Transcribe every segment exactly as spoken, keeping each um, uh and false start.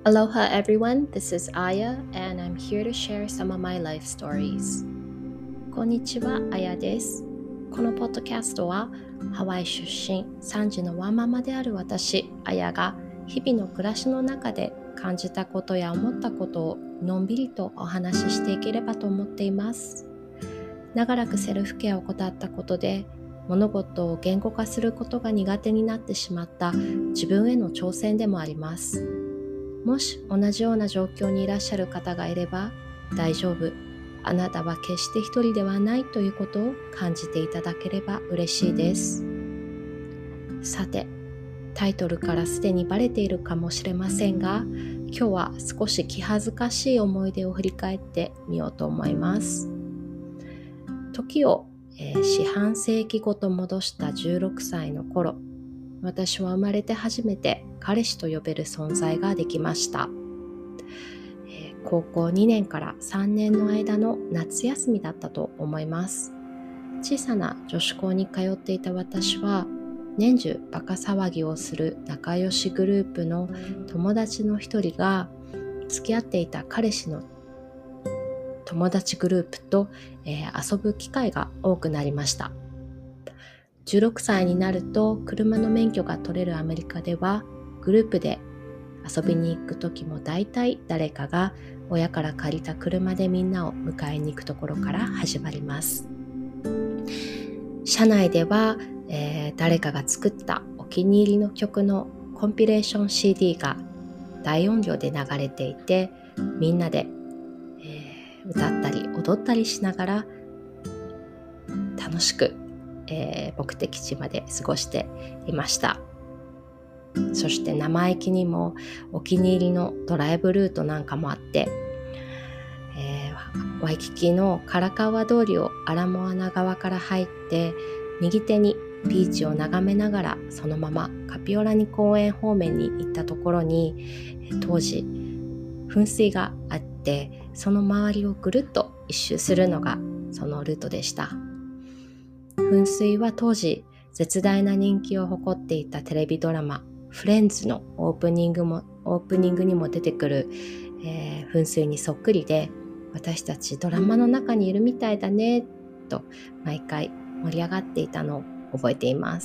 Aloha everyone, this is Aya and I'm here to share some of my life stories. こんにちは、あやです。このポッドキャストはハワイ出身さん児のワンママである私、あやが日々の暮らしの中で感じたことや思ったことをのんびりとお話ししていければと思っています。長らくセルフケアを怠ったことで物事を言語化することが苦手になってしまった自分への挑戦でもあります。もし同じような状況にいらっしゃる方がいれば大丈夫、あなたは決して一人ではないということを感じていただければ嬉しいです。さて、タイトルからすでにバレているかもしれませんが、今日は少し気恥ずかしい思い出を振り返ってみようと思います。時を、えー、四半世紀ごと戻したじゅうろくさいの頃、私は生まれて初めて彼氏と呼べる存在ができました。えー、高校にねんからさんねんの間の夏休みだったと思います。小さな女子校に通っていた私は年中バカ騒ぎをする仲良しグループの友達の一人が付き合っていた彼氏の友達グループと、えー、遊ぶ機会が多くなりました。じゅうろくさいになると車の免許が取れるアメリカではグループで遊びに行く時も大体誰かが親から借りた車でみんなを迎えに行くところから始まります。車内では、えー、誰かが作ったお気に入りの曲のコンピレーション シーディー が大音量で流れていて、みんなで、えー、歌ったり踊ったりしながら楽しくえー、目的地まで過ごしていました。そして生意気にもお気に入りのドライブルートなんかもあって、えー、ワイキキのカラカワ通りをアラモアナ側から入って右手にビーチを眺めながらそのままカピオラニ公園方面に行ったところに、当時噴水があって、その周りをぐるっと一周するのがそのルートでした。噴水は当時絶大な人気を誇っていたテレビドラマフレンズのオープニングもオープニングにも出てくる、えー、噴水にそっくりで、私たちドラマの中にいるみたいだねと毎回盛り上がっていたのを覚えています。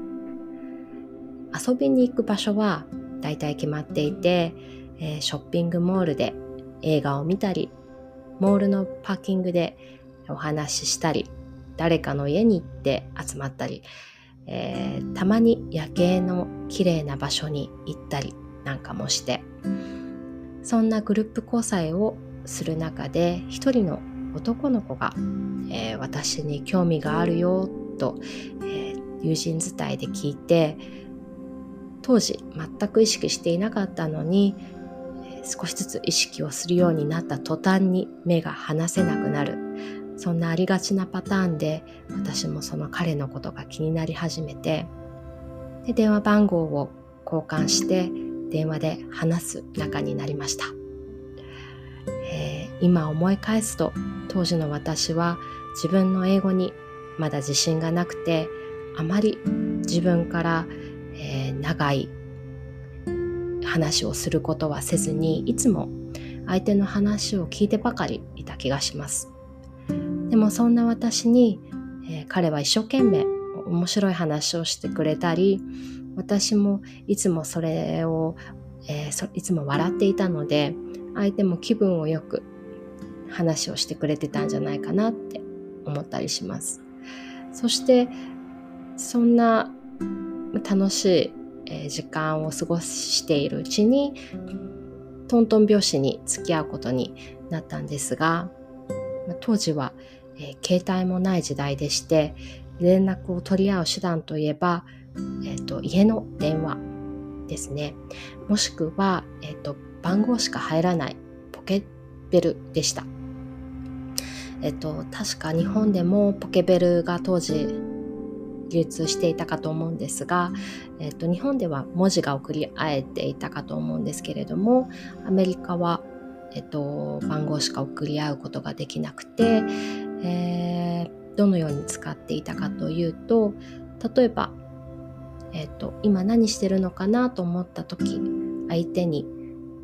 遊びに行く場所はだいたい決まっていて、えー、ショッピングモールで映画を見たり、モールのパーキングでお話ししたり、誰かの家に行って集まったり、えー、たまに夜景の綺麗な場所に行ったりなんかもして、そんなグループ交際をする中で一人の男の子が、えー、私に興味があるよと、えー、友人伝いで聞いて、当時全く意識していなかったのに、えー、少しずつ意識をするようになった途端に目が離せなくなる、そんなありがちなパターンで、私もその彼のことが気になり始めて、で電話番号を交換して電話で話す仲になりました。えー、今思い返すと、当時の私は自分の英語にまだ自信がなくて、あまり自分から、えー、長い話をすることはせずに、いつも相手の話を聞いてばかりいた気がします。でもそんな私に、えー、彼は一生懸命面白い話をしてくれたり、私もいつもそれを、えー、そいつも笑っていたので、相手も気分をよく話をしてくれてたんじゃないかなって思ったりします。そしてそんな楽しい、えー、時間を過ごしているうちにトントン拍子に付き合うことになったんですが、当時は、えー、携帯もない時代でして、連絡を取り合う手段といえば、えーと、家の電話ですね。もしくは、えーと、番号しか入らないポケベルでした。えーと、確か日本でもポケベルが当時流通していたかと思うんですが、えーと、日本では文字が送り合えていたかと思うんですけれども、アメリカはえっと、番号しか送り合うことができなくて、えー、どのように使っていたかというと、例えば、えっと、今何してるのかなと思った時、相手に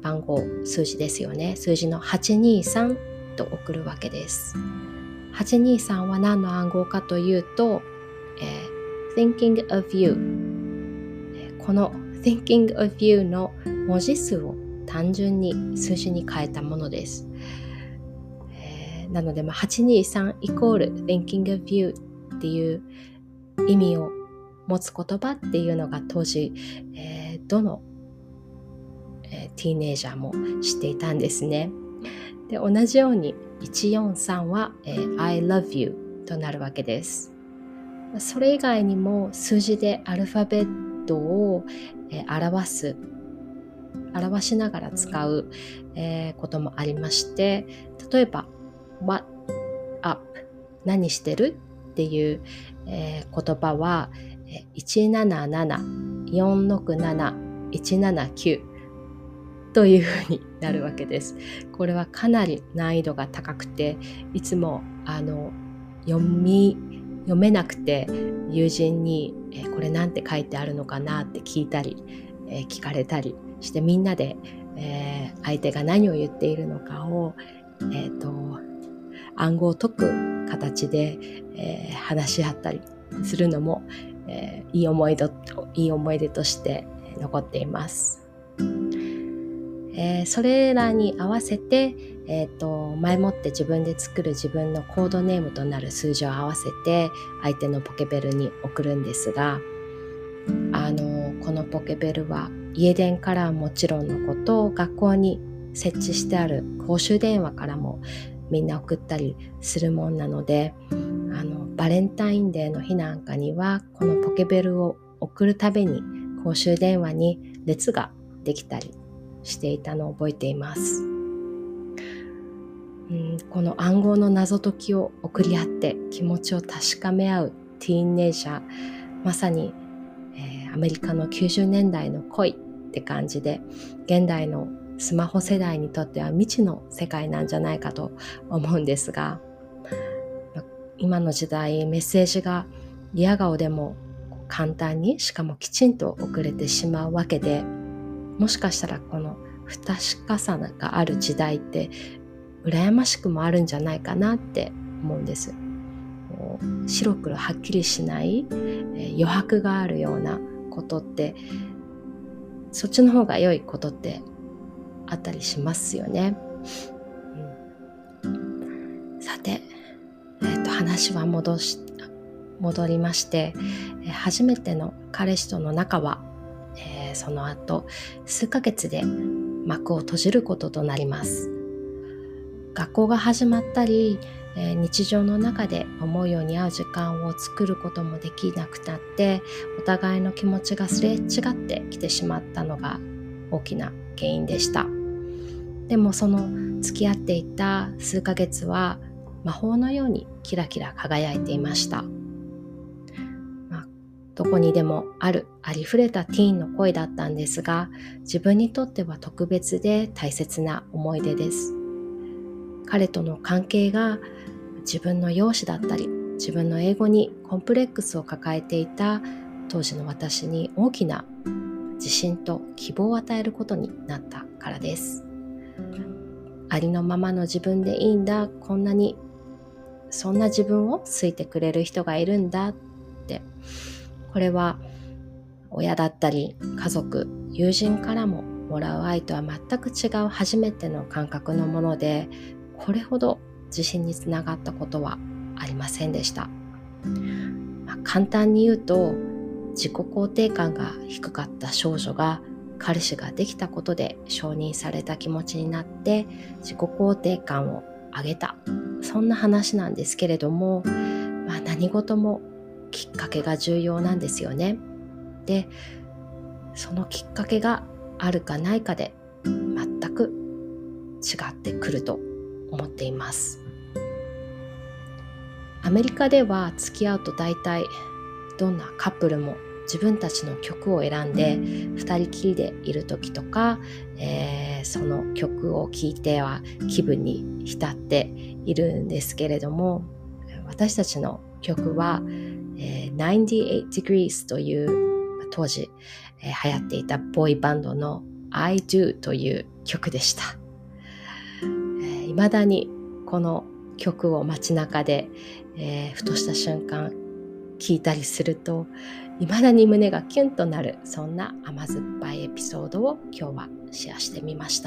番号、数字ですよね。数字のはちにさんと送るわけです。はちにさんは何の暗号かというと、えー、thinking of you、えー、この thinking of you の文字数を単純に数字に変えたものです。えー、なので、まあ、はちにさんイコール thinking of you っていう意味を持つ言葉っていうのが当時、えー、どの、えー、ティーネイジャーも知っていたんですね。で、同じようにいちよんさんは、えー、I love you となるわけです。それ以外にも数字でアルファベットを、えー、表す表しながら使う、えー、こともありまして、例えば What up 何してるっていう、えー、言葉は、えー、いちなななな、よんろくなな、いちななきゅうというふうになるわけです。これはかなり難易度が高くて、いつもあの読み読めなくて友人に、えー、これなんて書いてあるのかなって聞いたり、えー、聞かれたりしてみんなで、えー、相手が何を言っているのかを、えーと、暗号を解く形で、えー、話し合ったりするのも、えー、いい思い出と、いい思い出として残っています。えー、それらに合わせて、えーと、前もって自分で作る自分のコードネームとなる数字を合わせて相手のポケベルに送るんですが、あのこのポケベルは家電からはもちろんのこと、学校に設置してある公衆電話からもみんな送ったりするもんなので、あのバレンタインデーの日なんかにはこのポケベルを送るたびに公衆電話に列ができたりしていたのを覚えています。うん、この暗号の謎解きを送り合って気持ちを確かめ合うティーンネイジャー、まさに、えー、アメリカのきゅうじゅうねんだいの恋って感じで、現代のスマホ世代にとっては未知の世界なんじゃないかと思うんですが、今の時代メッセージがリア顔でも簡単に、しかもきちんと送れてしまうわけで、もしかしたらこの不確かさがある時代って羨ましくもあるんじゃないかなって思うんです。白黒はっきりしない、えー、余白があるようなことって、そっちの方が良いことってあったりしますよね。うん、さて、えーと、話は戻し戻りまして、えー、初めての彼氏との仲はえー、その後数ヶ月で幕を閉じることとなります。学校が始まったり、えー、日常の中で思うように合う時間を作ることもできなくなって、お互いの気持ちがすれ違ってきてしまったのが大きな原因でした。でもその付き合っていた数ヶ月は魔法のようにキラキラ輝いていました。どこにでもあるありふれたティーンの恋だったんですが、自分にとっては特別で大切な思い出です。彼との関係が自分の容姿だったり、自分の英語にコンプレックスを抱えていた当時の私に大きな自信と希望を与えることになったからです。ありのままの自分でいいんだ、こんなにそんな自分を好いてくれる人がいるんだって、これは親だったり家族、友人からももらう愛とは全く違う初めての感覚のもので、これほど自信につながったことはありませんでした。まあ、簡単に言うと、自己肯定感が低かった少女が彼氏ができたことで承認された気持ちになって自己肯定感を上げた、そんな話なんですけれども、まあ、何事もきっかけが重要なんですよね。で、そのきっかけがあるかないかで全く違ってくると思っています。アメリカでは付き合うと大体どんなカップルも自分たちの曲を選んで二人きりでいる時とか、えー、その曲を聴いては気分に浸っているんですけれども、私たちの曲はえー、ナインティエイト Degrees という当時、えー、流行っていたボーイバンドの I Do という曲でした。いまだにこの曲を街中で、えー、ふとした瞬間聴いたりするといまだに胸がキュンとなる、そんな甘酸っぱいエピソードを今日はシェアしてみました。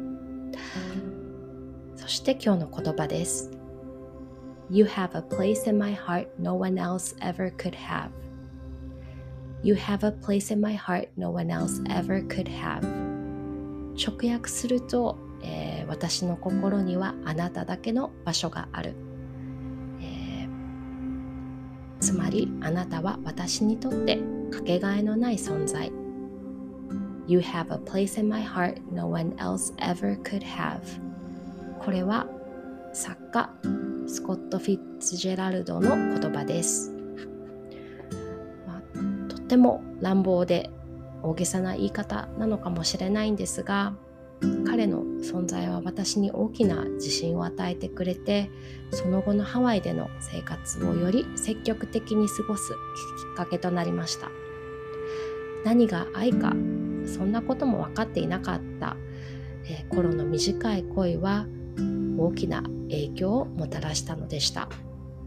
そして今日の言葉です。 You have a place in my heart no one else ever could have. You have a place in my heart no one else ever could have. 直訳すると、えー、私の心にはあなただけの場所がある、えー、つまりあなたは私にとってかけがえのない存在。 You have a place in my heart no one else ever could have. これは作家スコット・フィッツジェラルドの言葉です。まあ、とっても乱暴で大げさな言い方なのかもしれないんですが、彼の存在は私に大きな自信を与えてくれて、その後のハワイでの生活をより積極的に過ごすきっかけとなりました。何が愛か、そんなことも分かっていなかった、えー、頃の短い恋は大きな影響をもたらしたのでした。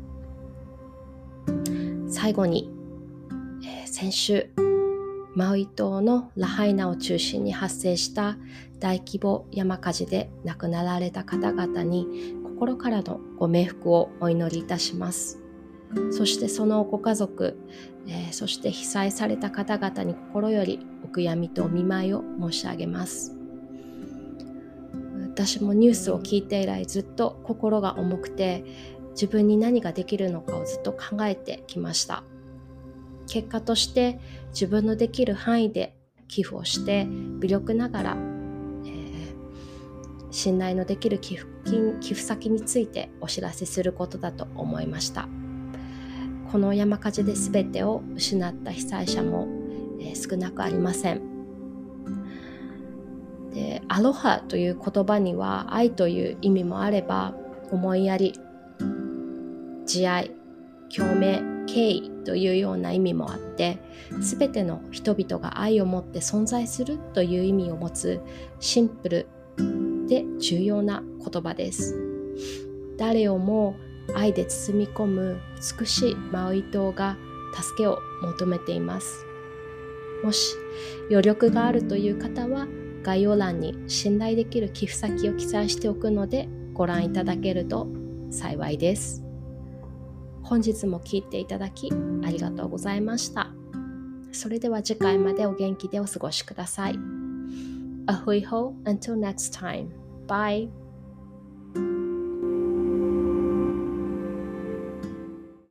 最後に、えー、先週マウイ島のラハイナを中心に発生した大規模山火事で亡くなられた方々に心からのご冥福をお祈りいたします。そしてそのご家族、えー、そして被災された方々に心よりお悔やみとお見舞いを申し上げます。私もニュースを聞いて以来ずっと心が重くて、自分に何ができるのかをずっと考えてきました。結果として自分のできる範囲で寄付をして微力ながら、えー、信頼のできる寄付金、寄付先についてお知らせすることだと思いました。この山火事で全てを失った被災者も、えー、少なくありません。で、アロハという言葉には愛という意味もあれば、思いやり、慈愛、共鳴、敬意というような意味もあって、すべての人々が愛を持って存在するという意味を持つシンプルで重要な言葉です。誰をも愛で包み込む美しいマウイ島が助けを求めています。もし余力があるという方は概要欄に信頼できる寄付先を記載しておくのでご覧いただけると幸いです。本日も聞いていただきありがとうございました。それでは次回までお元気でお過ごしください。Ahoy ho until next time. Bye.